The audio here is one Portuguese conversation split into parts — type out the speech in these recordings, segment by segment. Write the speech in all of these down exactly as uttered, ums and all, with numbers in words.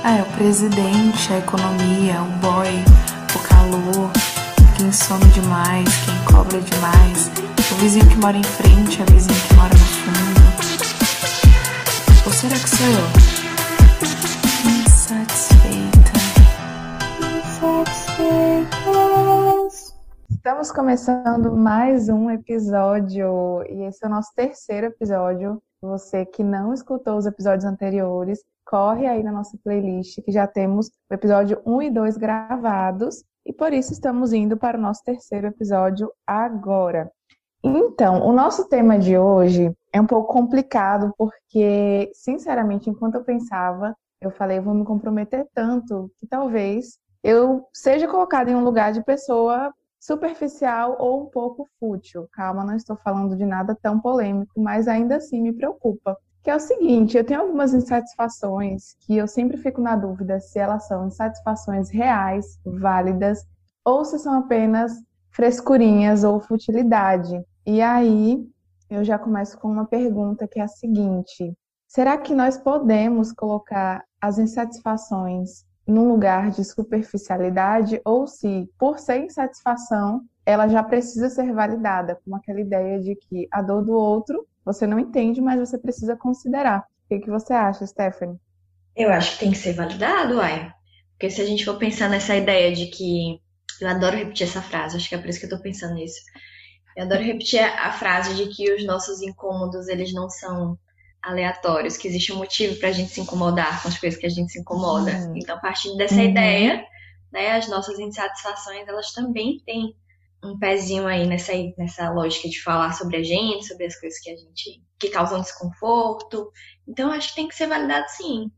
Ah, é o presidente, a economia, o boy, o calor, quem some demais, quem cobra demais, o vizinho que mora em frente, a vizinha que mora no fundo. Ou será que sou eu? Insatisfeita. Insatisfeita. Estamos começando mais um episódio e esse é o nosso terceiro episódio. Você que não escutou os episódios anteriores, corre aí na nossa playlist que já temos o episódio um e dois gravados e por isso estamos indo para o nosso terceiro episódio agora. Então, o nosso tema de hoje é um pouco complicado porque, sinceramente, enquanto eu pensava, eu falei, eu vou me comprometer tanto que talvez eu seja colocada em um lugar de pessoa superficial ou um pouco fútil. Calma, não estou falando de nada tão polêmico, mas ainda assim me preocupa. Que é o seguinte, eu tenho algumas insatisfações que eu sempre fico na dúvida se elas são insatisfações reais, válidas, ou se são apenas frescurinhas ou futilidade. E aí, eu já começo com uma pergunta que é a seguinte: será que nós podemos colocar as insatisfações num lugar de superficialidade, ou se, por ser insatisfação, ela já precisa ser validada, como aquela ideia de que a dor do outro você não entende, mas você precisa considerar. O que que você acha, Stephanie? Eu acho que tem que ser validado, uai. Porque se a gente for pensar nessa ideia de que... Eu adoro repetir essa frase, acho que é por isso que eu tô pensando nisso. Eu adoro repetir a frase de que os nossos incômodos, eles não são aleatórios, que existe um motivo pra gente se incomodar com as coisas que a gente se incomoda. Uhum. Então, partindo dessa Uhum. ideia, né, as nossas insatisfações, elas também têm um pezinho aí nessa, nessa lógica de falar sobre a gente, sobre as coisas que a gente, que causam desconforto. Então, acho que tem que ser validado sim.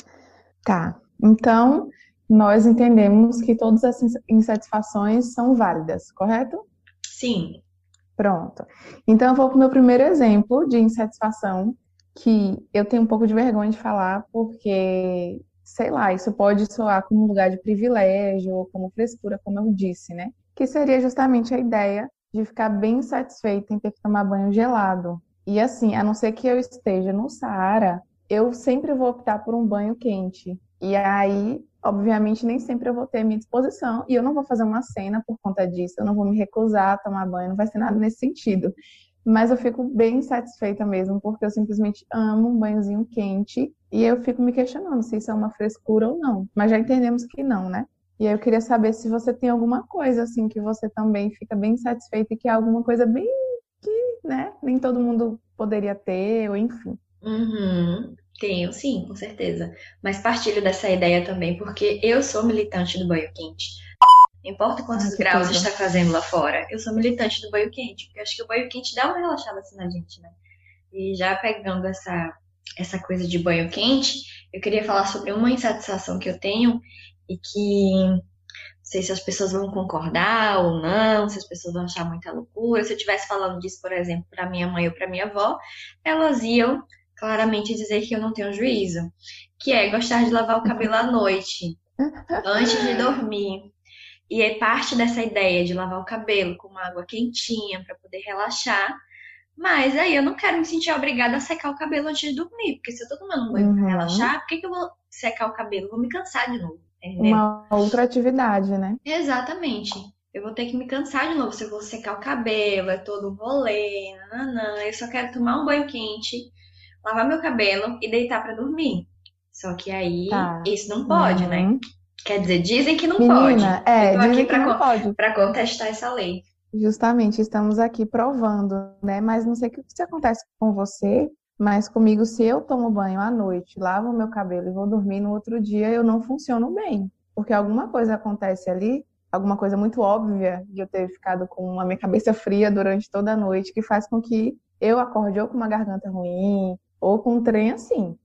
Tá. Então, nós entendemos que todas as insatisfações são válidas, correto? Sim. Pronto. Então, eu vou para o meu primeiro exemplo de insatisfação, que eu tenho um pouco de vergonha de falar, porque, sei lá, isso pode soar como um lugar de privilégio ou como frescura, como eu disse, né? Que seria justamente a ideia de ficar bem satisfeita em ter que tomar banho gelado. E assim, a não ser que eu esteja no Saara, eu sempre vou optar por um banho quente. E aí, obviamente, nem sempre eu vou ter a minha disposição e eu não vou fazer uma cena por conta disso, eu não vou me recusar a tomar banho, não vai ser nada nesse sentido. Mas eu fico bem satisfeita mesmo, porque eu simplesmente amo um banhozinho quente e eu fico me questionando se isso é uma frescura ou não. Mas já entendemos que não, né? E aí eu queria saber se você tem alguma coisa assim que você também fica bem satisfeita e que é alguma coisa bem que, né, nem todo mundo poderia ter, ou enfim. Uhum. Tenho, sim, com certeza. Mas partilho dessa ideia também, porque eu sou militante do banho quente. Não importa Ai, quantos que graus tudo. está fazendo lá fora, eu sou militante do banho quente, porque eu acho que o banho quente dá uma relaxada assim na gente, né? E já pegando essa, essa coisa de banho quente, eu queria falar sobre uma insatisfação que eu tenho e que não sei se as pessoas vão concordar ou não, se as pessoas vão achar muita loucura. Se eu estivesse falando disso, por exemplo, para minha mãe ou para minha avó, elas iam claramente dizer que eu não tenho juízo, que é gostar de lavar o cabelo à noite, antes de dormir. E é parte dessa ideia de lavar o cabelo com uma água quentinha para poder relaxar. Mas aí eu não quero me sentir obrigada a secar o cabelo antes de dormir, porque se eu tô tomando um banho para Uhum. relaxar, por que que eu vou secar o cabelo? Eu vou me cansar de novo, tá entendendo? Uma outra atividade, né? Exatamente. Eu vou ter que me cansar de novo se eu vou secar o cabelo, é todo um rolê, nananã. Eu só quero tomar um banho quente, lavar meu cabelo e deitar pra dormir. Só que aí, Tá. isso não pode, né? Uhum. Quer dizer, dizem que não pode. Menina, Eu é, tô aqui dizem que não pra, pode. pra contestar essa lei. Justamente, estamos aqui provando, né? Mas não sei o que se acontece com você, mas comigo, se eu tomo banho à noite, lavo meu cabelo e vou dormir no outro dia, eu não funciono bem. Porque alguma coisa acontece ali, alguma coisa muito óbvia de eu ter ficado com a minha cabeça fria durante toda a noite, que faz com que eu acorde ou com uma garganta ruim, ou com um trem assim.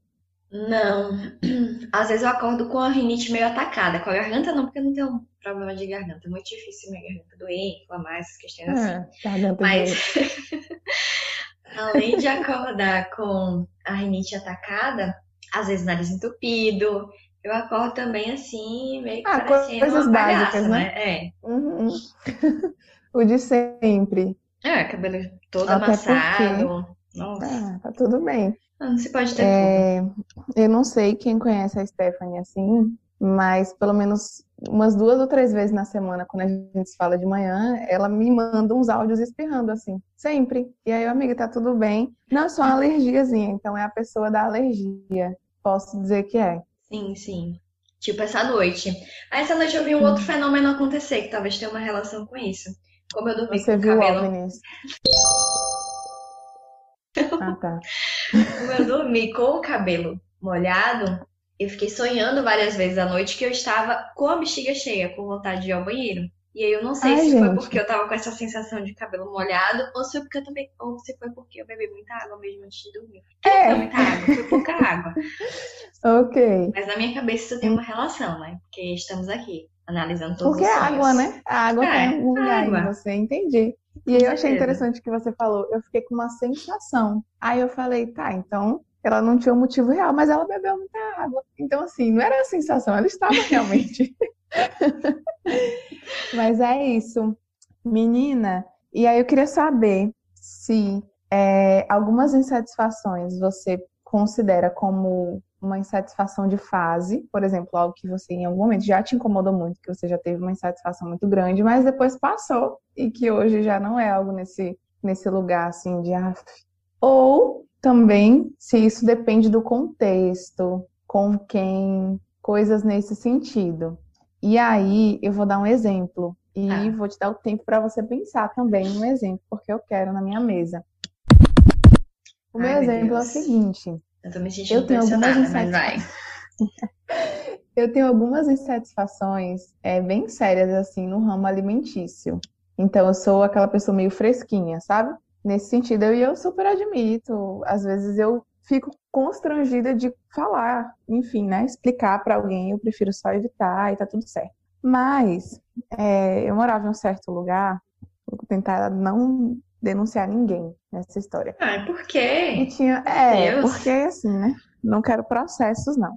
Não. Às vezes eu acordo com a rinite meio atacada. Com a garganta não, porque eu não tenho problema de garganta. É muito difícil minha garganta doer, inflamar, essas questões assim. É, garganta de Mas ouro. além de acordar com a rinite atacada, às vezes nariz entupido, eu acordo também assim, meio que Ah, parecendo coisas uma básicas, palhaça, né? né? É. Uhum. O de sempre. É, cabelo todo Até porque amassado. Nossa, Ah, tá tudo bem. não se pode ter tudo. É, eu não sei quem conhece a Stephanie assim, mas pelo menos umas duas ou três vezes na semana, quando a gente se fala de manhã, ela me manda uns áudios espirrando assim, sempre. E aí, amiga, tá tudo bem? Não é só uma alergiazinha, então é a pessoa da alergia. Posso dizer que é. Sim, sim. Tipo essa noite. Aí essa noite eu vi um outro fenômeno acontecer, que talvez tenha uma relação com isso. Como eu dormi com Você o viu cabelo, OVNIs? Ah, tá. como eu dormi com o cabelo molhado, eu fiquei sonhando várias vezes à noite que eu estava com a bexiga cheia, com vontade de ir ao banheiro. E aí eu não sei Ai, se foi porque gente. eu tava com essa sensação de cabelo molhado, ou se foi porque eu também, ou se foi porque eu bebi muita água mesmo antes de dormir. Que não foi É, muita água, foi pouca água. ok. Mas na minha cabeça isso tem uma relação, né? Porque estamos aqui, analisando todos Porque os é água, sonhos. né? A água tá em É, algum lugar aí em água, você, entendi. E com aí eu achei certeza. interessante o que você falou. Eu fiquei com uma sensação. Aí eu falei, tá, então ela não tinha um motivo real, mas ela bebeu muita água. Então, assim, não era a sensação, ela estava realmente. Mas é isso, menina. E aí eu queria saber se é, algumas insatisfações você considera como uma insatisfação de fase, por exemplo, algo que você em algum momento já te incomodou muito, que você já teve uma insatisfação muito grande, mas depois passou e que hoje já não é algo nesse, nesse lugar assim de ah, ou também se isso depende do contexto, com quem, coisas nesse sentido. E aí eu vou dar um exemplo e Tá, vou te dar o tempo para você pensar também um exemplo, porque eu quero na minha mesa. O meu ai meu exemplo é o Deus. seguinte: Eu tô me sentindo eu tenho algumas pressionada, mas vai. insatisfações, eu tenho algumas insatisfações é, bem sérias assim no ramo alimentício. Então eu sou aquela pessoa meio fresquinha, sabe? Nesse sentido, eu, e eu super admito. Às vezes eu fico constrangida de falar, enfim, né? Explicar para alguém, eu prefiro só evitar e tá tudo certo. Mas é, eu morava em um certo lugar, vou tentar não denunciar ninguém nessa história. Ai, por E quê? tinha, Meu é, Deus. porque assim, né? Não quero processos, não.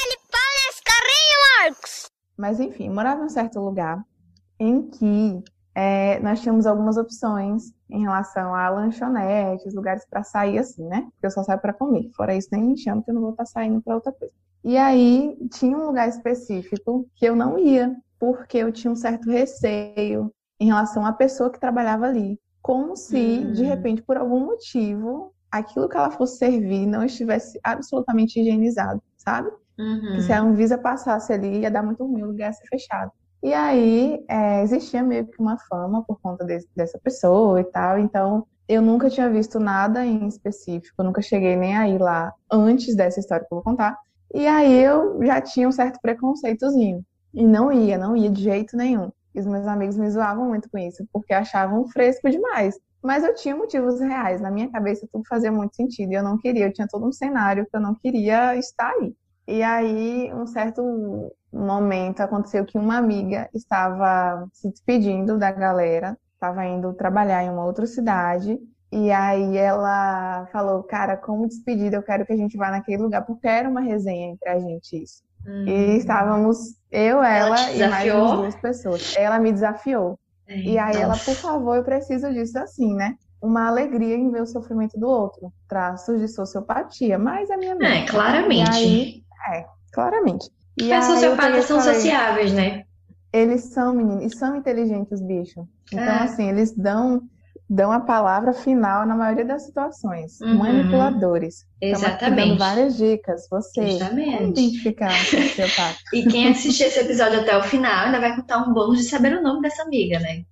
Mas enfim, eu morava em um certo lugar em que é, nós tínhamos algumas opções em relação a lanchonetes, lugares para sair assim, né? Porque eu só saio para comer. Fora isso, nem me chamo, que eu não vou estar saindo para outra coisa. E aí tinha um lugar específico que eu não ia, porque eu tinha um certo receio em relação à pessoa que trabalhava ali. Como se, de Hum, repente, por algum motivo, aquilo que ela fosse servir não estivesse absolutamente higienizado, sabe? Que se a uhum. Anvisa passasse ali, ia dar muito ruim, o lugar ia ser fechado. E aí, é, existia meio que uma fama por conta desse- dessa pessoa e tal, então eu nunca tinha visto nada em específico, eu nunca cheguei nem aí lá antes dessa história que eu vou contar. E aí eu já tinha um certo preconceitozinho. E não ia, não ia de jeito nenhum. E os meus amigos me zoavam muito com isso, porque achavam fresco demais. Mas eu tinha motivos reais. Na minha cabeça tudo fazia muito sentido e eu não queria. Eu tinha todo um cenário que eu não queria estar aí. E aí, um certo momento, aconteceu que uma amiga estava se despedindo da galera, estava indo trabalhar em uma outra cidade, e aí ela falou, cara, como despedida, eu quero que a gente vá naquele lugar, porque era uma resenha entre a gente isso. E Hum. estávamos eu, Ela te ela e mais umas desafiou? duas pessoas. Ela me desafiou. E Ai, aí ela, por nossa. favor, eu preciso disso assim, né? Uma alegria em ver o sofrimento do outro, traços de sociopatia, mas é minha É, mente. E aí, claramente. é, claramente. E As aí eu peguei sociopatas e são falei, sociáveis, né? eles são meninos, e são inteligentes, bicho. Então, É. assim, eles dão, dão a palavra final na maioria das situações. Uhum. Manipuladores. Estamos aqui dando Exatamente. várias dicas. Você, como Justamente. identificar um sociopata? E quem assistir esse episódio até o final ainda vai contar um bônus de saber o nome dessa amiga, né?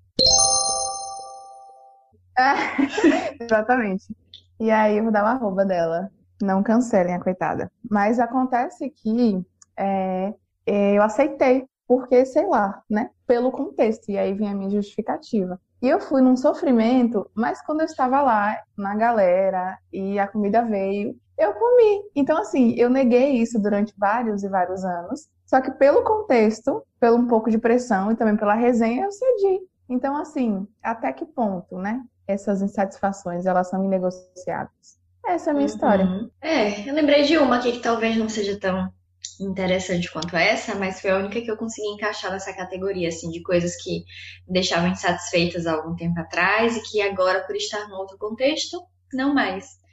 Exatamente. E aí eu vou dar o arroba dela. Não cancelem a coitada. Mas acontece que é, é, eu aceitei, porque, sei lá, né? Pelo contexto. E aí vem a minha justificativa. E eu fui num sofrimento, mas quando eu estava lá, na galera, e a comida veio, eu comi. Então, assim, eu neguei isso durante vários e vários anos. Só que pelo contexto, pelo um pouco de pressão e também pela resenha, eu cedi. Então, assim, até que ponto, né? Essas insatisfações, elas são inegociáveis. Essa é a minha história. Uhum. É, eu lembrei de uma aqui que talvez não seja tão interessante quanto essa, mas foi a única que eu consegui encaixar nessa categoria, assim, de coisas que me deixavam insatisfeitas há algum tempo atrás e que agora, por estar num outro contexto, não mais.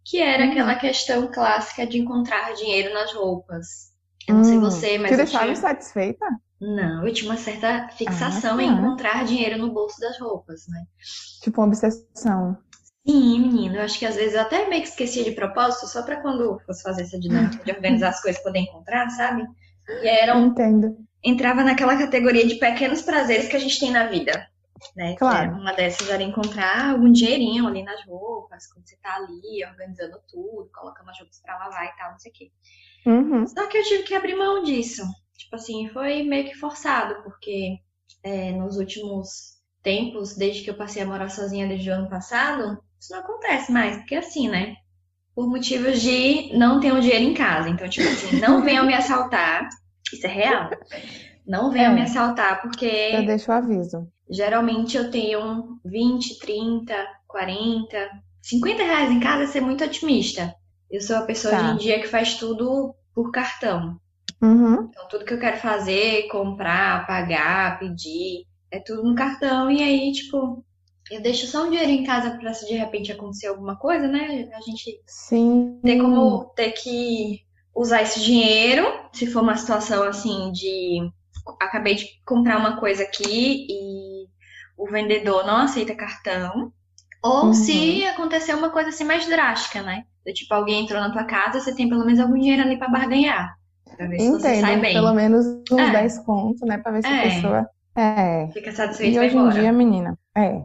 que era aquela Hum, questão clássica de encontrar dinheiro nas roupas. Eu não sei hum. você, Te mas eu deixava tinha. insatisfeita? Não, eu tinha uma certa Ah, fixação em tá. encontrar dinheiro no bolso das roupas, né? Tipo uma obsessão. Sim, menino, eu acho que às vezes eu até meio que esquecia de propósito, só pra quando fosse fazer essa dinâmica de organizar as coisas poder encontrar, sabe? E aí eram, Entendo. entrava naquela categoria de pequenos prazeres que a gente tem na vida, né? Que é Claro. uma dessas era encontrar algum dinheirinho ali nas roupas, quando você tá ali organizando tudo, colocando as roupas pra lavar e tal, não sei o quê. Uhum. Só que eu tive que abrir mão disso. Tipo assim, foi meio que forçado, porque é, nos últimos tempos, desde que eu passei a morar sozinha desde o ano passado, isso não acontece mais, porque assim, né? Por motivos de não ter um dinheiro em casa. Então, tipo assim, não venham me assaltar. Isso é real. Não venham me É, assaltar, já porque deixo o aviso. geralmente eu tenho vinte, trinta, quarenta, cinquenta reais em casa é ser muito otimista. Eu sou a pessoa hoje em Tá. dia que faz tudo por cartão. Uhum. Então, tudo que eu quero fazer, comprar, pagar, pedir, é tudo no cartão. E aí, tipo, eu deixo só um dinheiro em casa pra se de repente acontecer alguma coisa, né? A gente ter Sim. como ter que usar esse dinheiro, se for uma situação assim de acabei de comprar uma coisa aqui e o vendedor não aceita cartão, ou se Uhum. acontecer uma coisa assim mais drástica, né? Do tipo, alguém entrou na tua casa, você tem pelo menos algum dinheiro ali pra barganhar, pra ver se você sai Entendo, pelo bem. menos uns É, dez contos, né, pra ver se a é, pessoa é. fica satisfeito E e vai hoje em dia, embora. menina, é.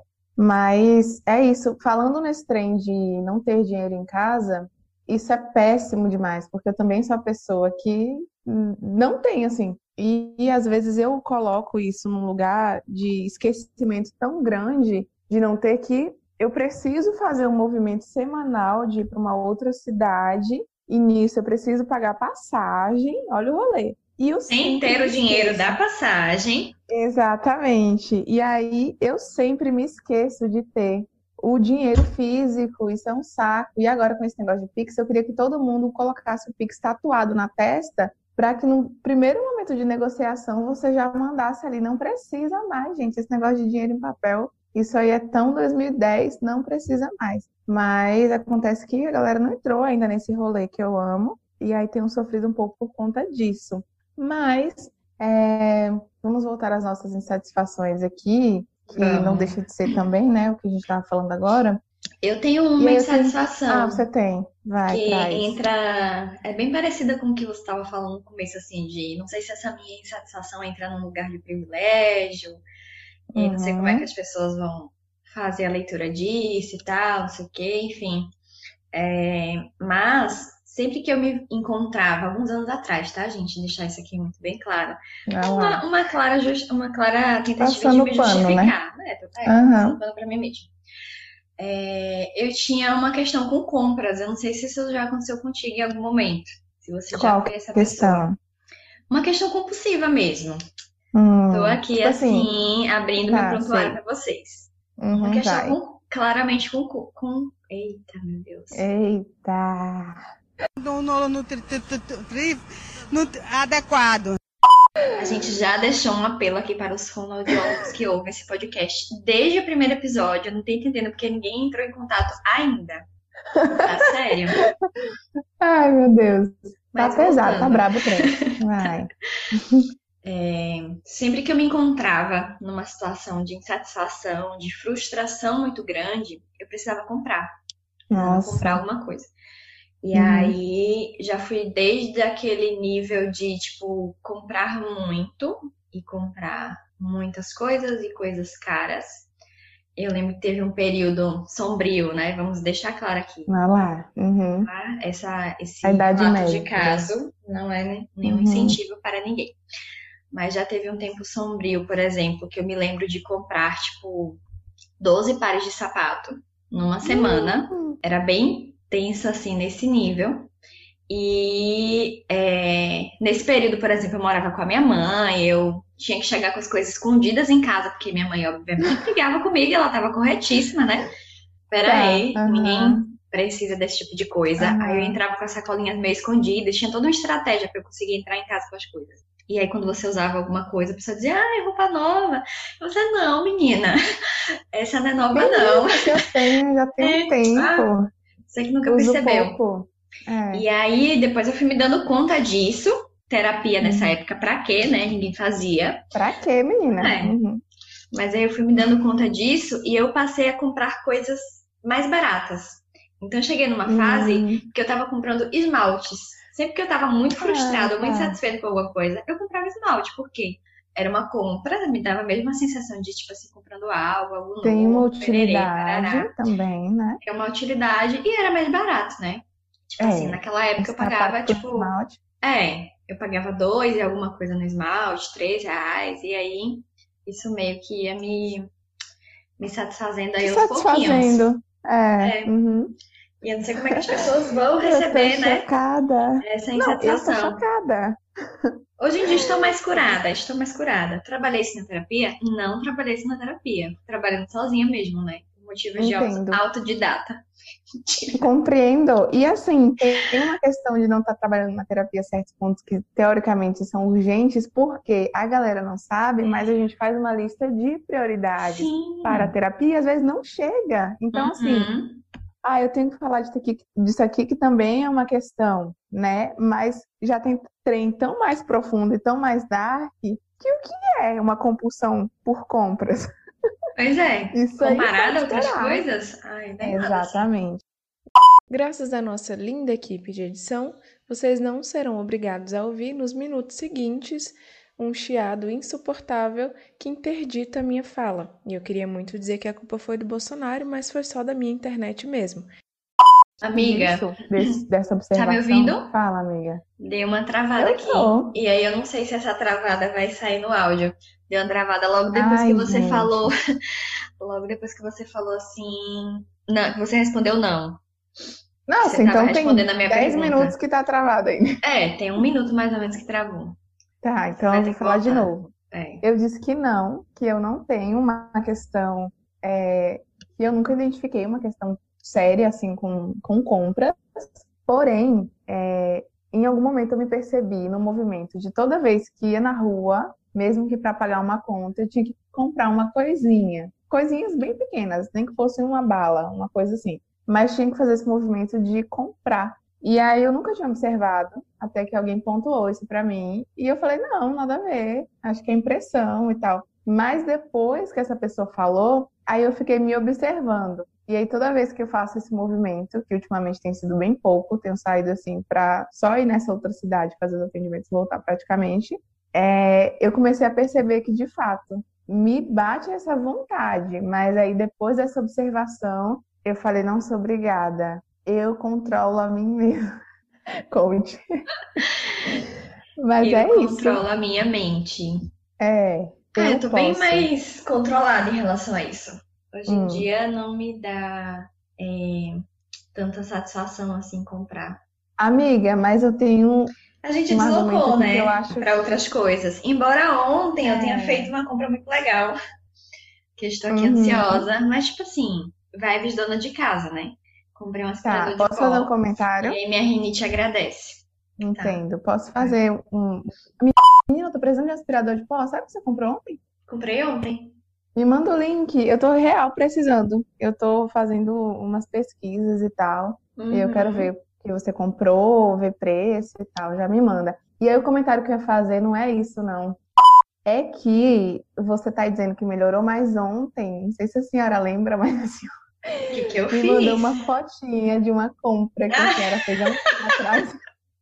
Mas é isso, falando nesse trem de não ter dinheiro em casa, isso é péssimo demais, porque eu também sou a pessoa que hum, não tem, assim. E, e às vezes eu coloco isso num lugar de esquecimento tão grande de não ter que. Eu preciso fazer um movimento semanal de ir para uma outra cidade, e nisso eu preciso pagar passagem, olha o rolê. E eu Sem sempre ter me o dinheiro esqueço. da passagem. Exatamente. E aí eu sempre me esqueço de ter o dinheiro físico, isso é um saco. E agora com esse negócio de Pix, eu queria que todo mundo colocasse o Pix tatuado na testa, para que no primeiro momento de negociação você já mandasse ali, não precisa mais, gente, esse negócio de dinheiro em papel, isso aí é tão dois mil e dez, não precisa mais. Mas acontece que a galera não entrou ainda nesse rolê que eu amo, e aí tenho sofrido um pouco por conta disso. Mas é, vamos voltar às nossas insatisfações aqui, que não Vamos. deixa de ser também, né, o que a gente estava falando agora. Eu tenho E uma aí eu tenho. Ah, insatisfação você tem. que Vai, traz. entra. É bem parecida com o que você estava falando no começo, assim, de não sei se essa minha insatisfação entra num lugar de privilégio, e aí não sei como é que as Uhum. pessoas vão fazer a leitura disso e tal, não sei o quê, enfim. É, mas sempre que eu me encontrava, alguns anos atrás, tá, gente? Deixar isso aqui muito bem claro. Vai Uma, lá. uma clara, just- uma clara tentativa de Passando me pano, né? justificar, né? Tô, é, tô passando Aham. pano pra mim mesmo. É, eu tinha uma questão com compras. Eu não sei se isso já aconteceu contigo em algum momento. Se você já Qual foi essa pessoa. questão? Uma questão compulsiva mesmo. Tô Hum, aqui tipo assim, assim, abrindo meu tá, prontuário sei. para vocês. Uma Uhum, questão vai. com, claramente com, com. Eita, meu Deus. Eita. no, no, no tri, tri, tri, tri, no tri- adequado. A gente já deixou um apelo aqui para os fonoaudiólogos que ouvem esse podcast desde o primeiro episódio. Eu não tô entendendo porque ninguém entrou em contato ainda. Tá sério? Ai, meu Deus. Tá Mas pesado, tá voltando. brabo o trem. Vai. Sempre que eu me encontrava numa situação de insatisfação, de frustração muito grande, eu precisava comprar. Precisava comprar Nossa. alguma coisa. E Uhum. aí já fui desde aquele nível de, tipo, comprar muito e comprar muitas coisas e coisas caras. Eu lembro que teve um período sombrio, né? Vamos deixar claro aqui. Vai lá. Uhum. Tá? Essa, A esse Idade relato de Média. caso não é nenhum Uhum. incentivo para ninguém. Mas já teve um tempo sombrio, por exemplo, que eu me lembro de comprar, tipo, doze pares de sapato numa semana. Hum. Era bem tenso, assim, nesse nível. E é, nesse período, por exemplo, eu morava com a minha mãe, eu tinha que chegar com as coisas escondidas em casa, porque minha mãe, obviamente, brigava comigo e ela estava corretíssima, né? Pera Tá. aí, ninguém Aham. precisa desse tipo de coisa. Aí eu Aham. entrava com as sacolinhas meio escondidas, tinha toda uma estratégia para eu conseguir entrar em casa com as coisas. E aí, quando você usava alguma coisa, a pessoa dizia, ah, é roupa nova. Você, não, menina, essa não é nova, não. Menina, que eu tenho já tem um É, ah, tempo. Você que nunca Uso percebeu. pouco. É. E aí, depois eu fui me dando conta disso. Terapia nessa Uhum. época, pra quê, né? Ninguém fazia. Pra quê, menina? É. Uhum. Mas aí eu fui me dando conta disso e eu passei a comprar coisas mais baratas. Então eu cheguei numa fase Hum. que eu tava comprando esmaltes. Sempre que eu tava muito Ah, frustrada ou muito tá. insatisfeita com alguma coisa, eu comprava esmalte. Por quê? Era uma compra, me dava a mesma sensação de, tipo assim, comprando algo, algo Tem uma novo, pererê, utilidade parará. também, né? É uma utilidade e era mais barato, né? Tipo assim, É. naquela época eu Esse pagava, sapato com tipo, esmalte. é, eu pagava dois e alguma coisa no esmalte, três reais, e aí isso meio que ia me, me satisfazendo Te aí aos pouquinhos. satisfazendo. É. É, Uhum. e eu não sei como é que as pessoas vão Eu tô receber, né, chocada. essa Não, eu tô insatisfação. chocada. Hoje em dia estou mais curada, estou mais curada. Trabalhei isso na terapia? Não trabalhei isso na terapia. Trabalhando sozinha mesmo, né? Por motivos de auto- Entendo. autodidata. Mentira. Compreendo. E assim, tem uma questão de não estar trabalhando na terapia certos pontos que teoricamente são urgentes, porque a galera não sabe, mas a gente faz uma lista de prioridades para a Sim. terapia e às vezes não chega. Então, assim, Uhum. ah, eu tenho que falar disso aqui, disso aqui que também é uma questão, né? Mas já tem trem tão mais profundo e tão mais dark que o que é uma compulsão por compras? Pois é. Isso aí Comparado pode a outras esperar. coisas, ai, não é nada assim. Exatamente. Graças à nossa linda equipe de edição, vocês não serão obrigados a ouvir nos minutos seguintes um chiado insuportável que interdita a minha fala. E eu queria muito dizer que a culpa foi do Bolsonaro, mas foi só da minha internet mesmo. Amiga, Disso, desse- dessa tá me observação? ouvindo? Fala, amiga. Deu uma travada Eu aqui. tô. E aí eu não sei se essa travada vai sair no áudio. Deu uma travada logo depois que Ai, você falou. gente. Logo depois que você falou assim. Não, que você respondeu não. Que você Nossa, tava então respondendo tem a minha dez minutos pergunta. que tá travado ainda. É, tem um minuto mais ou menos que travou. Tá, Você então vai eu vou ter que falar de voltar. novo. É. Eu disse que não, que eu não tenho uma questão, é, que eu nunca identifiquei uma questão séria, assim, com, com compras. Porém, é, em algum momento eu me percebi no movimento de toda vez que ia na rua, mesmo que para pagar uma conta, eu tinha que comprar uma coisinha. Coisinhas bem pequenas, nem que fosse uma bala, uma coisa assim. Mas tinha que fazer esse movimento de comprar. E aí eu nunca tinha observado, até que alguém pontuou isso pra mim, e eu falei, não, nada a ver, acho que é impressão e tal. Mas depois que essa pessoa falou, aí eu fiquei me observando. E aí toda vez que eu faço esse movimento, que ultimamente tem sido bem pouco, tenho saído assim pra só ir nessa outra cidade fazer os atendimentos e voltar praticamente, é, eu comecei a perceber que de fato me bate essa vontade, mas aí depois dessa observação, eu falei, não sou obrigada. Eu controlo a mim mesma, coach. Mas Eu é isso. controlo a minha mente. É, Ah, eu eu tô bem posso. mais controlada em relação a isso. Hoje em Hum. dia não me dá é, tanta satisfação assim comprar. Amiga, mas eu tenho A gente um argumento deslocou, aqui que eu né, acho para que outras coisas. Embora ontem eu tenha feito é. uma compra muito legal, que eu estou aqui Uhum. ansiosa, mas tipo assim, vibes dona de casa, né? Comprei um Tá, aspirador de posso fazer um pó e comentário? aí minha rinite agradece. Tá, Entendo. Posso vai. fazer um. Menina, eu tô precisando de aspirador de pó. Sabe o que você comprou ontem? Comprei ontem. Me manda o link. Eu tô real precisando. Eu tô fazendo umas pesquisas e tal. E eu quero ver Uhum. o que você comprou, ver preço e tal. Já me manda. E aí o comentário que eu ia fazer não é isso, não. É que você tá dizendo que melhorou, mas ontem, não sei se a senhora lembra, mas assim, O que que eu me mandou fiz? uma fotinha de uma compra que a senhora fez há um tempo atrás.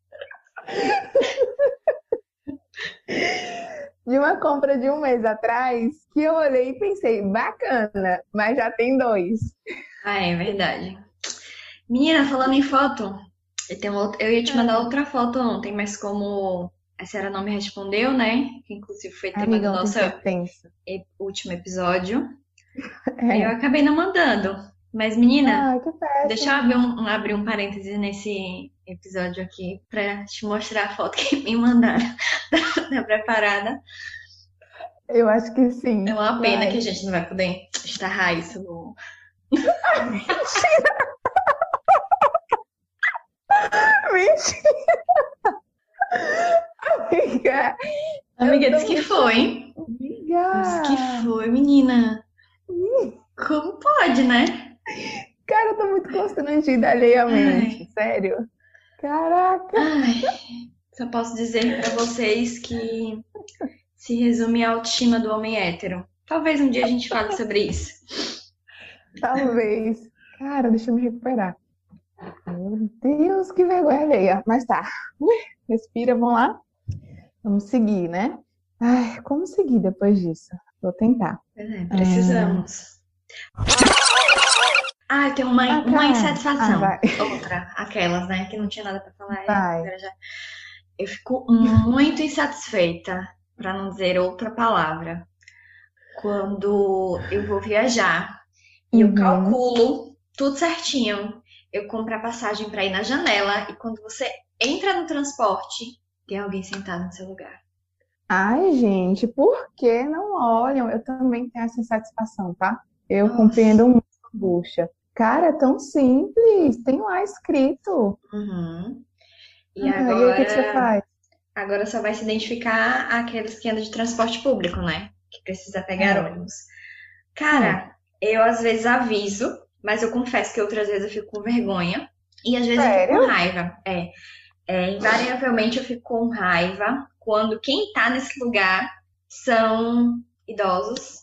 De uma compra de um mês atrás, que eu olhei e pensei, bacana, mas já tem dois. Ah, é verdade. Menina, falando em foto, eu, tenho uma outra- eu ia te mandar Ah, outra foto ontem, mas como a senhora não me respondeu, né? Que inclusive foi tema do amiga, ontem nosso foi tenso. e- último episódio, eu É. acabei não mandando. Mas, menina, Ai, que deixa eu péssimo. abrir um, um- abrir um parêntese nesse episódio aqui pra te mostrar a foto que me mandaram. Tá preparada? Eu acho que É sim. uma pena que a Vai. gente não vai poder estarrar isso no. Mentira, amiga. Eu Amiga, tô disse que muito foi, chocada. hein? Disse que Amiga. foi, menina. Como pode, né? Cara, eu tô muito constrangida alheiamente, sério. Caraca. Ai, só posso dizer pra vocês que se resume à autoestima do homem hétero. Talvez um dia a gente fale sobre isso. Talvez. Cara, deixa eu me recuperar. Meu Deus, que vergonha alheia. Mas tá. Ui, respira, vamos lá. Vamos seguir, né? Ai, como seguir depois disso? Vou tentar. Pois é, precisamos. Ah, eu tenho uma, Ah, uma tá. insatisfação. Ah, vai. Outra, aquelas, né, que não tinha nada pra falar. Vai. Agora já. Eu fico muito insatisfeita, pra não dizer outra palavra, quando eu vou viajar e eu Uhum. calculo tudo certinho. Eu compro a passagem pra ir na janela e quando você entra no transporte, tem alguém sentado no seu lugar. Ai, gente, por que não olham? Eu também tenho essa insatisfação, tá? Eu Nossa. compreendo muito a bucha. Cara, é tão simples. Tem lá escrito. Uhum. E Ah, e aí, o que que você agora, faz? agora só vai se identificar aqueles que andam de transporte público, né? Que precisa pegar É. ônibus. Cara, eu às vezes aviso, mas eu confesso que outras vezes eu fico com vergonha. E às vezes eu fico com Sério? raiva. É, é, invariavelmente eu fico com raiva quando quem tá nesse lugar são idosos,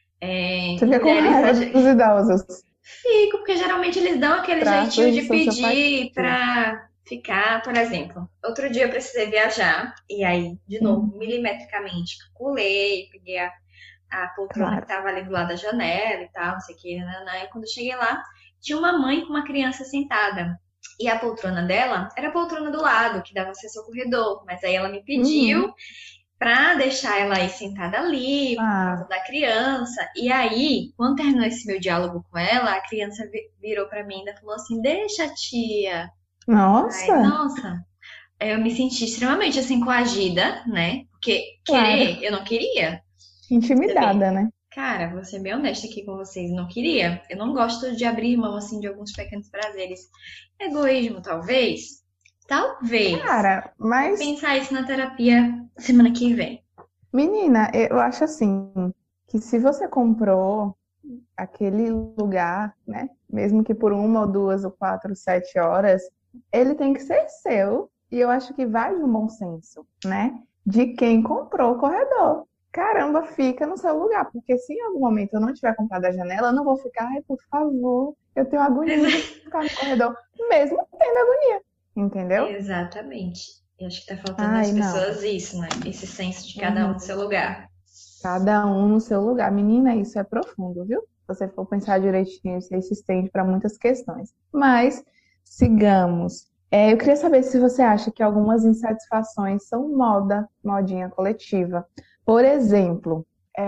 é, Você fica com mulheres raiva exager- dos idosos. Fico, porque geralmente eles dão aquele Traços jeitinho de de sociopatia. pedir pra ficar, por exemplo. Outro dia eu precisei viajar, e aí, de novo, Hum, milimetricamente, calculei, peguei a, a poltrona que claro. tava ali do lado da janela e tal, não sei o que, né, né. E quando eu cheguei lá, tinha uma mãe com uma criança sentada. E a poltrona dela era a poltrona do lado, que dava acesso ao corredor. Mas aí ela me pediu Uhum. pra deixar ela aí sentada ali, por causa Ah, da criança. E aí, quando terminou esse meu diálogo com ela, a criança vi- virou pra mim e ainda falou assim: Deixa, tia. Ai, nossa, nossa. Aí eu me senti extremamente assim coagida, né? Porque claro. querer, eu não queria. Você vê. Intimidada, né? Cara, vou ser bem honesta aqui com vocês, não queria. Eu não gosto de abrir mão assim de alguns pequenos prazeres. Egoísmo, talvez. Talvez. Cara, Vou mas, pensar isso na terapia semana que vem. menina, eu acho assim, que se você comprou aquele lugar, né? Mesmo que por uma ou duas ou quatro, sete horas, ele tem que ser seu. E eu acho que vai de um bom senso, né? De quem comprou o corredor. Caramba, fica no seu lugar, porque se em algum momento eu não tiver comprado a janela, eu não vou ficar, ai, por favor, eu tenho agonia de ficar no corredor, mesmo tendo agonia, entendeu? Exatamente. Eu acho que tá faltando nas Ai, não. pessoas isso, né? Esse senso de cada um Uhum. no seu lugar. Cada um no seu lugar. Menina, isso é profundo, viu? Se você for pensar direitinho, isso aí se estende para muitas questões. Mas, sigamos. É, eu queria saber se você acha que algumas insatisfações são moda, modinha coletiva. Por exemplo,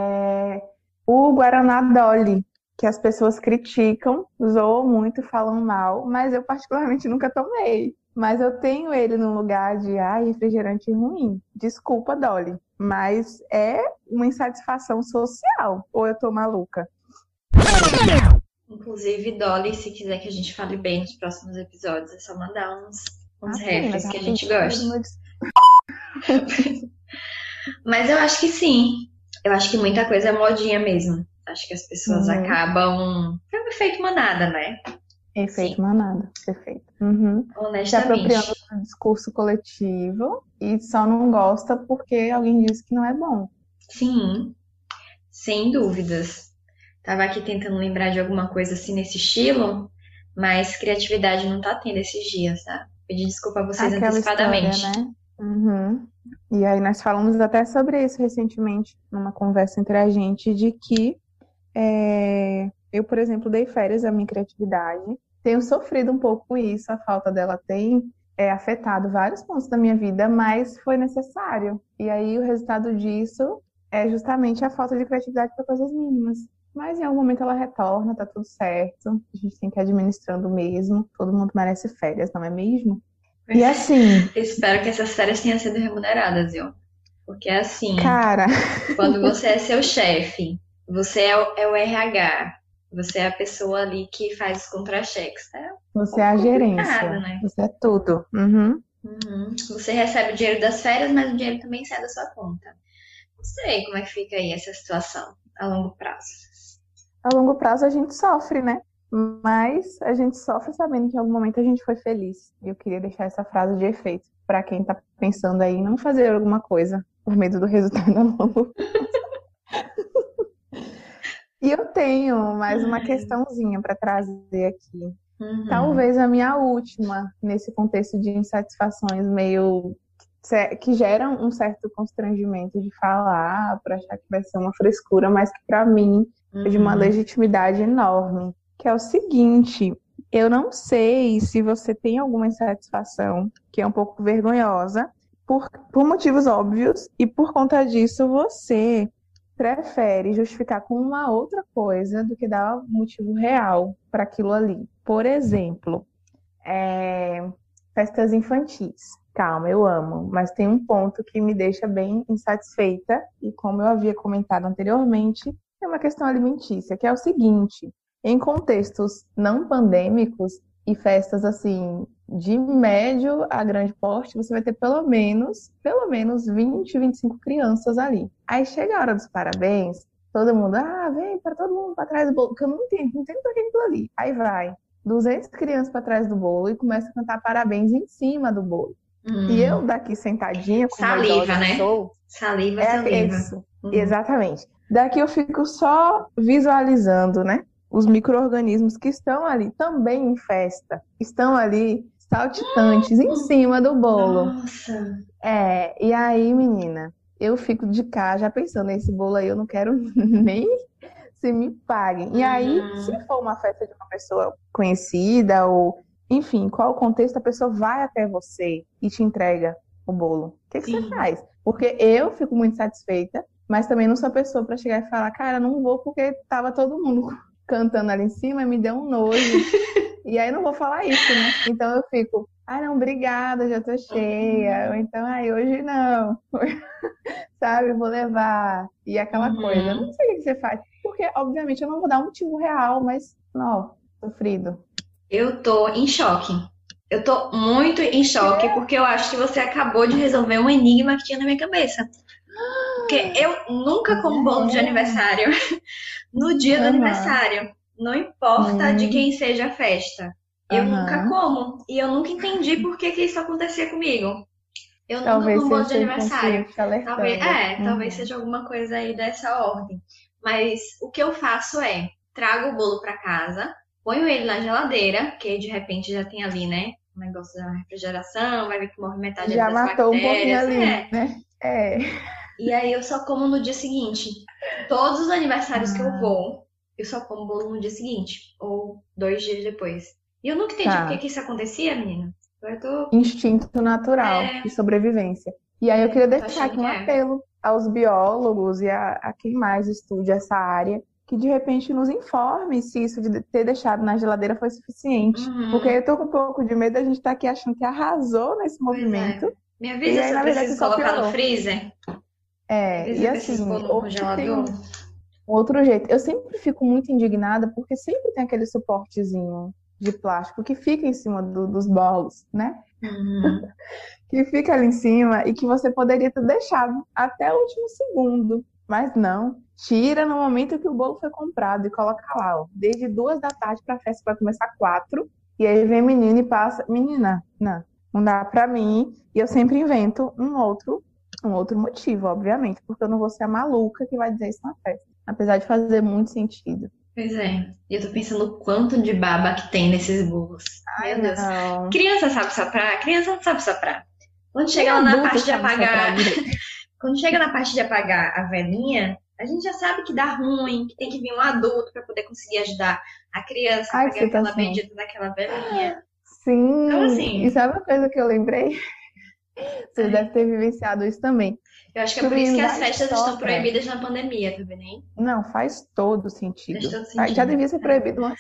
é, o Guaraná Dolly, que as pessoas criticam, zoam muito, falam mal, mas eu particularmente nunca tomei. Mas eu tenho ele no lugar de, ah, refrigerante ruim. Desculpa, Dolly, mas é uma insatisfação social. Ou eu tô maluca? Inclusive, Dolly, se quiser que a gente fale bem nos próximos episódios, é só mandar uns, uns Apenas, refs que a gente rapidinho, gosta. do meu dis- Mas eu acho que sim. Eu acho que muita coisa é modinha mesmo. Acho que as pessoas Uhum. acabam. É um efeito manada, né? Efeito Sim, manada, perfeito. Uhum. Se apropriando honestamente. do discurso coletivo e só não gosta porque alguém disse que não é bom. Sim, sem dúvidas. Tava aqui tentando lembrar de alguma coisa assim nesse estilo, mas criatividade não tá tendo esses dias, tá? Pedir desculpa a vocês Aquela história, antecipadamente. né? Uhum. E aí nós falamos até sobre isso recentemente, numa conversa entre a gente, de que é, eu, por exemplo, dei férias à minha criatividade. Tenho sofrido um pouco com isso, a falta dela tem é, afetado vários pontos da minha vida, mas foi necessário. E aí o resultado disso é justamente a falta de criatividade para coisas mínimas. Mas em algum momento ela retorna, tá tudo certo. A gente tem que ir administrando mesmo. Todo mundo merece férias, não é mesmo? E assim, Espero que essas férias tenham sido remuneradas, viu? Porque assim, cara, quando você é seu chefe, você é o, é o R H, você é a pessoa ali que faz os contra-cheques, tá? Um você é pouco a complicado, gerência, né? você é tudo. Uhum. Uhum. Você recebe o dinheiro das férias, mas o dinheiro também sai da sua conta. Não sei como é que fica aí essa situação a longo prazo. A longo prazo a gente sofre, né? mas a gente sofre sabendo que em algum momento a gente foi feliz. E eu queria deixar essa frase de efeito para quem tá pensando aí em não fazer alguma coisa por medo do resultado a longo. E eu tenho mais uma questãozinha para trazer aqui. Uhum. Talvez a minha última, nesse contexto de insatisfações meio que geram um certo constrangimento de falar, para achar que vai ser uma frescura, mas que para mim é de uma Uhum. legitimidade enorme, que é o seguinte: eu não sei se você tem alguma insatisfação que é um pouco vergonhosa, por, por motivos óbvios, e por conta disso você prefere justificar com uma outra coisa do que dar um motivo real para aquilo ali. Por exemplo, é, festas infantis. Calma, eu amo, mas tem um ponto que me deixa bem insatisfeita, e como eu havia comentado anteriormente, é uma questão alimentícia, que é o seguinte: em contextos não pandêmicos e festas assim de médio a grande porte, você vai ter pelo menos, pelo menos vinte, vinte e cinco crianças ali. Aí chega a hora dos parabéns, todo mundo, ah, vem para todo mundo para trás do bolo, que eu não entendo, não entendo para que aquilo ali. Aí vai duzentas crianças para trás do bolo e começa a cantar parabéns em cima do bolo. Hum. E eu daqui sentadinha, como uma Saliva, idosa né? que sou, Saliva, é saliva. isso, Uhum. exatamente. Daqui eu fico só visualizando, né, os micro-organismos que estão ali também em festa, estão ali saltitantes em cima do bolo. Nossa. É, e aí, menina, eu fico de cá já pensando, esse bolo aí eu não quero nem se me paguem. E aí, Uhum. se for uma festa de uma pessoa conhecida, ou enfim, qual o contexto, a pessoa vai até você e te entrega o bolo. O que que você Sim. faz? Porque eu fico muito satisfeita, mas também não sou a pessoa para chegar e falar, cara, não vou porque tava todo mundo cantando ali em cima e me deu um nojo. E aí não vou falar isso, né? Então eu fico, ai não, obrigada, já tô cheia. Ou então, ai, hoje não. Sabe, vou levar. E aquela coisa. Eu Uhum. não sei o que que você faz. Porque, obviamente, eu não vou dar um motivo real, mas, não, sofrido. Eu tô em choque. Eu tô muito em choque porque eu acho que você acabou de resolver um enigma que tinha na minha cabeça. Porque eu nunca como bolo de É. aniversário no dia do Aham. aniversário. Não importa de Hum. quem seja a festa. Eu nunca Aham. como. E eu nunca entendi por que que isso acontecia comigo. Eu nunca Talvez como bolo seja de seu aniversário. inconsciente alertando. Talvez, é, talvez Uhum. seja alguma coisa aí dessa ordem. Mas o que eu faço é, trago o bolo pra casa, ponho ele na geladeira, que de repente já tem ali, né, um negócio da refrigeração, vai ver que morre metade Já das matou um pouquinho bactérias, ali, é. né? É. E aí eu só como no dia seguinte. Todos os aniversários que eu Ah, vou, eu só como bolo no dia seguinte, ou dois dias depois. E eu nunca entendi por que tá. que isso acontecia, menina. Agora eu tô, Instinto natural é, de sobrevivência. E aí eu queria tô deixar achando aqui que um é. apelo aos biólogos e a, a quem mais estude essa área, que de repente nos informe se isso de ter deixado na geladeira foi suficiente. Porque Uhum, eu tô com um pouco de medo da gente estar aqui achando que arrasou nesse pois é. movimento, Me e avisa aí se eu na verdade preciso só colocar no piorou. freezer. Me É, avisa e se eu preciso assim, pôr no ou se tem congelador. um outro jeito. Eu sempre fico muito indignada porque sempre tem aquele suportezinho de plástico que fica em cima do- dos bolos, né? Uhum. Que fica ali em cima e que você poderia ter deixado até o último segundo. Mas não, tira no momento que o bolo foi comprado e coloca lá, ó, desde duas da tarde para a festa que vai começar quatro. E aí vem menina e passa, menina, não, não dá para mim. E eu sempre invento um outro, um outro motivo, obviamente, porque eu não vou ser a maluca que vai dizer isso na festa, apesar de fazer muito sentido. Pois é. E eu tô pensando o quanto de baba que tem nesses bolos. Ai, Meu Deus. não. Criança sabe soprar? Criança não sabe soprar. Quando Nem chega lá na adulto parte de sabe soprar apagar, direito. quando chega na parte de apagar a velhinha, a gente já sabe que dá ruim, que tem que vir um adulto pra poder conseguir ajudar a criança a Ai, que apagar aquela situação. bendita daquela velhinha. Então, Sim, e assim, sabe uma coisa que eu lembrei? Você deve ai, ter vivenciado isso também. eu acho que é Que o por isso que menino as vai e festas estão sopra. proibidas na pandemia, tá vendo aí? Não, faz todo Faz sentido. todo Ah, já sentido. devia ser proibido antes.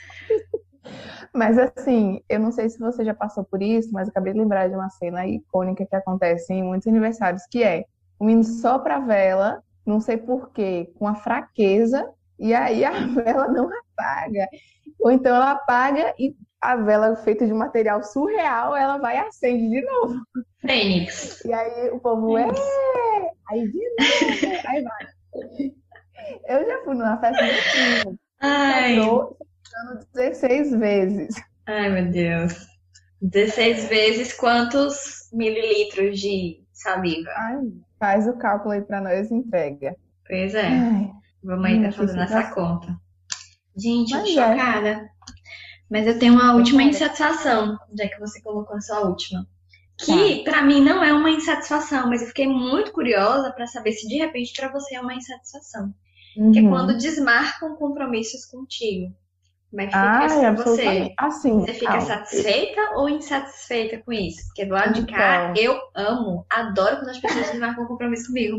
Mas assim, eu não sei se você já passou por isso, mas eu acabei de lembrar de uma cena icônica que acontece em muitos aniversários, que é o menino sopra a vela, não sei por quê, com a fraqueza, e aí a vela não apaga. Ou então ela apaga e a vela feita de material surreal, ela vai e acende de novo. Fênix. E aí o povo é, Fênix. aí de novo, aí vai. Eu já fui numa festa de um primo, Ai, quebrou, dezesseis vezes. Ai, meu Deus. dezesseis vezes quantos mililitros de saliva? Ai, faz o cálculo aí pra nós e entrega. Pois é. Ai, Vamos aí menina, tá que fazendo essa situação. conta. Gente, eu tô Mas é, chocada. Mas eu tenho uma última chocada. insatisfação, já que você colocou a sua última. Tá. Que pra mim não é uma insatisfação, mas eu fiquei muito curiosa pra saber se de repente pra você é uma insatisfação. Que é quando Uhum. desmarcam compromissos contigo. Como é que fica isso Ai, pra absolutamente. você? Assim, Você fica calma. satisfeita ou insatisfeita com isso? Porque do lado de cá, Então, eu amo, adoro quando as pessoas desmarcam um compromisso comigo.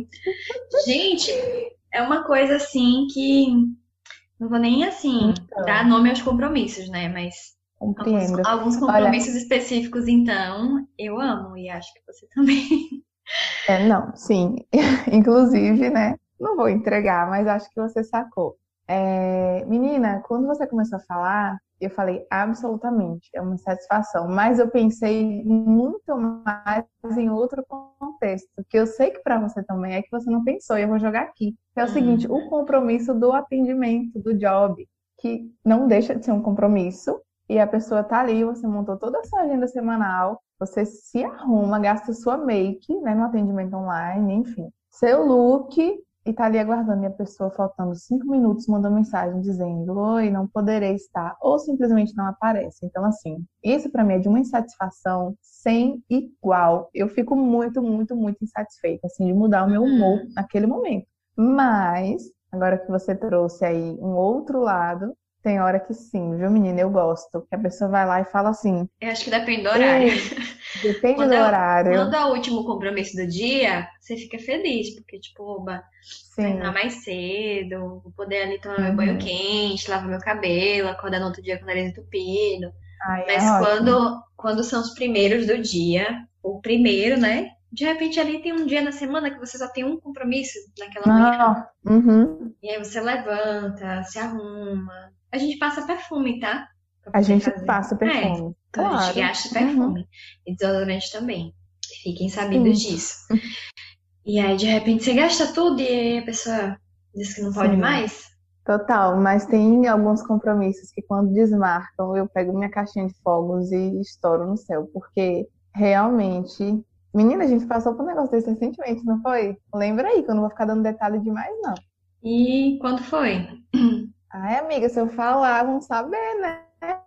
Gente, é uma coisa assim que não vou nem assim dar então, nome aos compromissos, né? Mas alguns, compreendo. alguns Olha, compromissos específicos, então, eu amo e acho que você também. é, não, sim. Inclusive, né? Não vou entregar, mas acho que você sacou. É, menina, quando você começou a falar, eu falei absolutamente, é uma insatisfação. Mas eu pensei muito mais em outro contexto, que eu sei que para você também é que você não pensou, e eu vou jogar aqui. Que é o seguinte, Hum, o compromisso do atendimento, do job, que não deixa de ser um compromisso, e a pessoa tá ali, você montou toda a sua agenda semanal, você se arruma, gasta sua make, né, no atendimento online, enfim, seu look, e tá ali aguardando, e a pessoa faltando cinco minutos mandou mensagem dizendo, oi, não poderei estar, ou simplesmente não aparece. Então, assim, isso pra mim é de uma insatisfação sem igual. Eu fico muito, muito, muito insatisfeita, assim, de mudar o meu humor hum. naquele momento. Mas, agora que você trouxe aí um outro lado, tem hora que sim, viu, menina? Eu gosto. Que a pessoa vai lá e fala assim: Eu acho que depende do horário. ei, depende Quando do é, horário. quando é o último compromisso do dia, você fica feliz, porque, tipo, oba, terminar Sim. mais cedo, vou poder ali tomar meu banho Uhum. quente, lavar meu cabelo, acordar no outro dia com o nariz entupido. Aí é Mas ótimo. quando, quando são os primeiros do dia, o primeiro, né? De repente ali tem um dia na semana que você só tem um compromisso naquela manhã. Não. Uhum. E aí você levanta, se arruma. A gente passa perfume, tá? Pra A poder gente fazer. passa É, perfume. então a gente Claro. gasta Uhum. perfume. E desodorante também. Fiquem sabidos Sim. disso. E aí, de repente, você gasta tudo e aí a pessoa diz que não pode Sim. mais. Total. Mas tem alguns compromissos que quando desmarcam, eu pego minha caixinha de fogos e estouro no céu. Porque realmente. Menina, a gente passou por um negócio desse recentemente, não foi? Lembra aí, que eu não vou ficar dando detalhe demais, não. E quando foi? Ai, amiga, se eu falar, vão saber, né?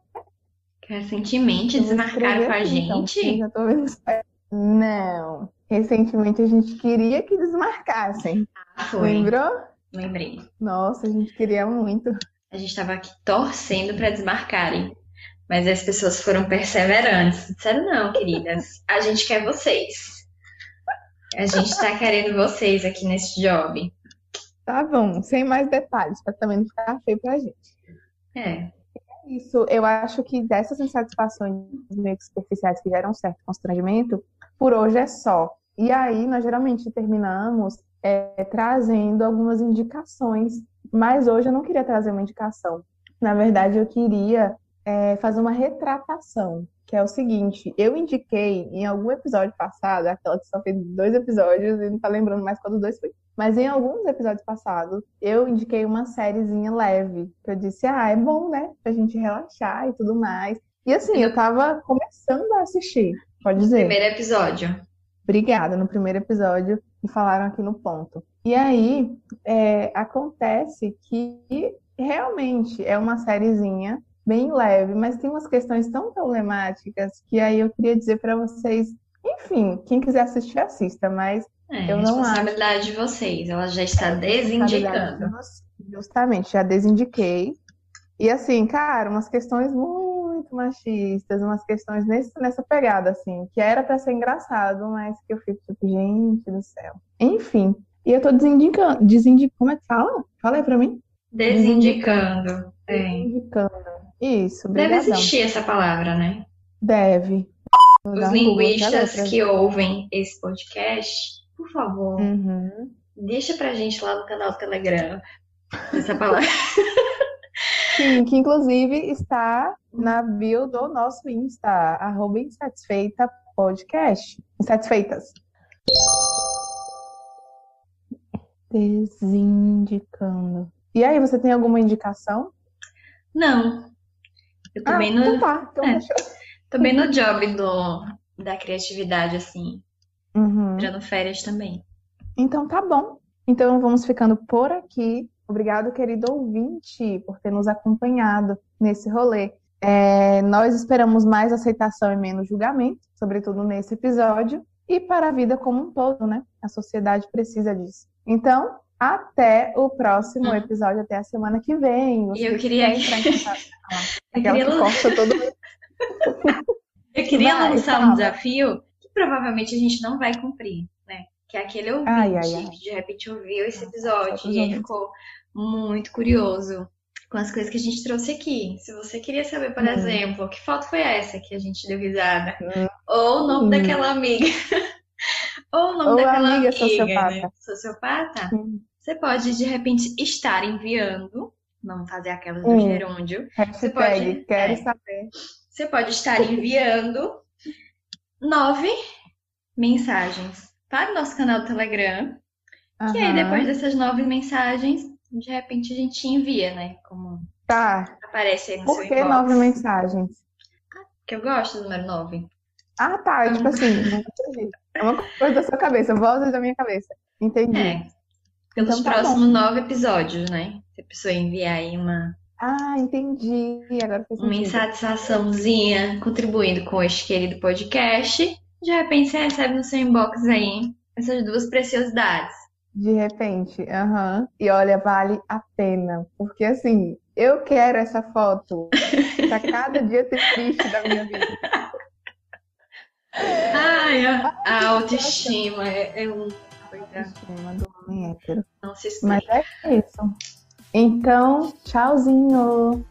Recentemente Eu vou desmarcaram escrever com a aqui, então, porque eu gente? já tô vendo. Não. Recentemente a gente queria que desmarcassem. Ah, foi. Lembrou? Lembrei. Nossa, a gente queria muito. A gente tava aqui torcendo pra desmarcarem. Mas as pessoas foram perseverantes. Disseram, não, queridas, a gente quer vocês. A gente tá querendo vocês aqui nesse job. Tá bom, sem mais detalhes, para também não ficar feio pra gente. É. Isso, eu acho que dessas insatisfações meio que superficiais que geram um certo constrangimento, por hoje é só. E aí, nós geralmente terminamos é, trazendo algumas indicações, mas hoje eu não queria trazer uma indicação. Na verdade, eu queria é, fazer uma retratação, que é o seguinte: eu indiquei em algum episódio passado, aquela que só fez dois episódios e não tá lembrando mais qual dos dois foi. Mas em alguns episódios passados, eu indiquei uma sériezinha leve, que eu disse, ah, é bom, né? Pra gente relaxar e tudo mais. E assim, No, eu tava começando a assistir, pode no dizer. primeiro episódio. Obrigada, no primeiro episódio, me falaram aqui no ponto. E aí, é, acontece que realmente é uma sériezinha bem leve, mas tem umas questões tão problemáticas que aí eu queria dizer pra vocês, enfim, quem quiser assistir, assista, mas É, eu não acho. responsabilidade de vocês. Ela já está Responsabilidade de desindicando. você. Justamente, já desindiquei. E assim, cara, umas questões muito machistas, umas questões nesse, nessa pegada, assim, que era pra ser engraçado, mas que eu fico tipo, gente do céu. Enfim, e eu tô desindicando, desindicando, como é que fala? Fala aí pra mim. Desindicando, Desindicando. É. desindicando. Isso, Deve brigadão. existir essa palavra, né? Deve. Vou Os dar um Google aqui agora linguistas pra que ver. ouvem esse podcast, por favor, Uhum. deixa pra gente lá no canal do Telegram essa palavra. Sim, que inclusive está na bio do nosso Insta, arroba Insatisfeita Podcast. Insatisfeitas. Desindicando. E aí, você tem alguma indicação? Não, Eu tô Ah, bem no, então tá. Então é, fechou. tô bem no job do, da criatividade, assim, Uhum. tirando férias também. Então tá bom. Então vamos ficando por aqui. Obrigado, querido ouvinte, por ter nos acompanhado nesse rolê. É, nós esperamos mais aceitação e menos julgamento, sobretudo nesse episódio, e para a vida como um todo, né? A sociedade precisa disso. Então, até o próximo Hum. episódio, até a semana que vem. E Você eu que queria, quer entrar em contato. Ah, eu aquela queria, que lan- corta todo. eu queria Vai, lançar um fala. desafio que provavelmente a gente não vai cumprir, né? Que é aquele Ai, ai, ouvinte ai. que de repente ouviu esse Só episódio pros e aí ouvintes. ficou muito curioso com as coisas que a gente trouxe aqui. Se você queria saber, por Hum. exemplo, que foto foi essa que a gente deu risada? Hum. Ou o nome Hum. daquela amiga. Ou o nome Ou a daquela amiga amiga, sociopata. né? Sociopata. Hum. Você pode, de repente, estar enviando. Vamos fazer aquelas do Hum. gerúndio. Você Hashtag pode, quero é, saber. você pode estar enviando nove mensagens para o nosso canal do Telegram. E aí, depois Aham. dessas nove mensagens, de repente a gente envia, né? Como Tá. aparece aí no Por seu que inbox. nove mensagens? Que eu gosto do número nove. Ah, tá. Então, Tipo assim, não entendi. É uma coisa da sua cabeça, vozes da minha cabeça. Entendi. é, pelos Então tá próximos bom. nove episódios, né? Se a pessoa enviar aí uma, Ah, entendi. Agora faz uma sentido. insatisfaçãozinha contribuindo com este querido podcast, de repente você recebe no seu inbox aí essas duas preciosidades. De repente, aham. E olha, vale a pena. Porque assim, eu quero essa foto pra cada dia ter triste da minha vida. Ai, a, a autoestima é, é um. Estima do homem hétero. Não se Mas explica. é isso. Então, tchauzinho.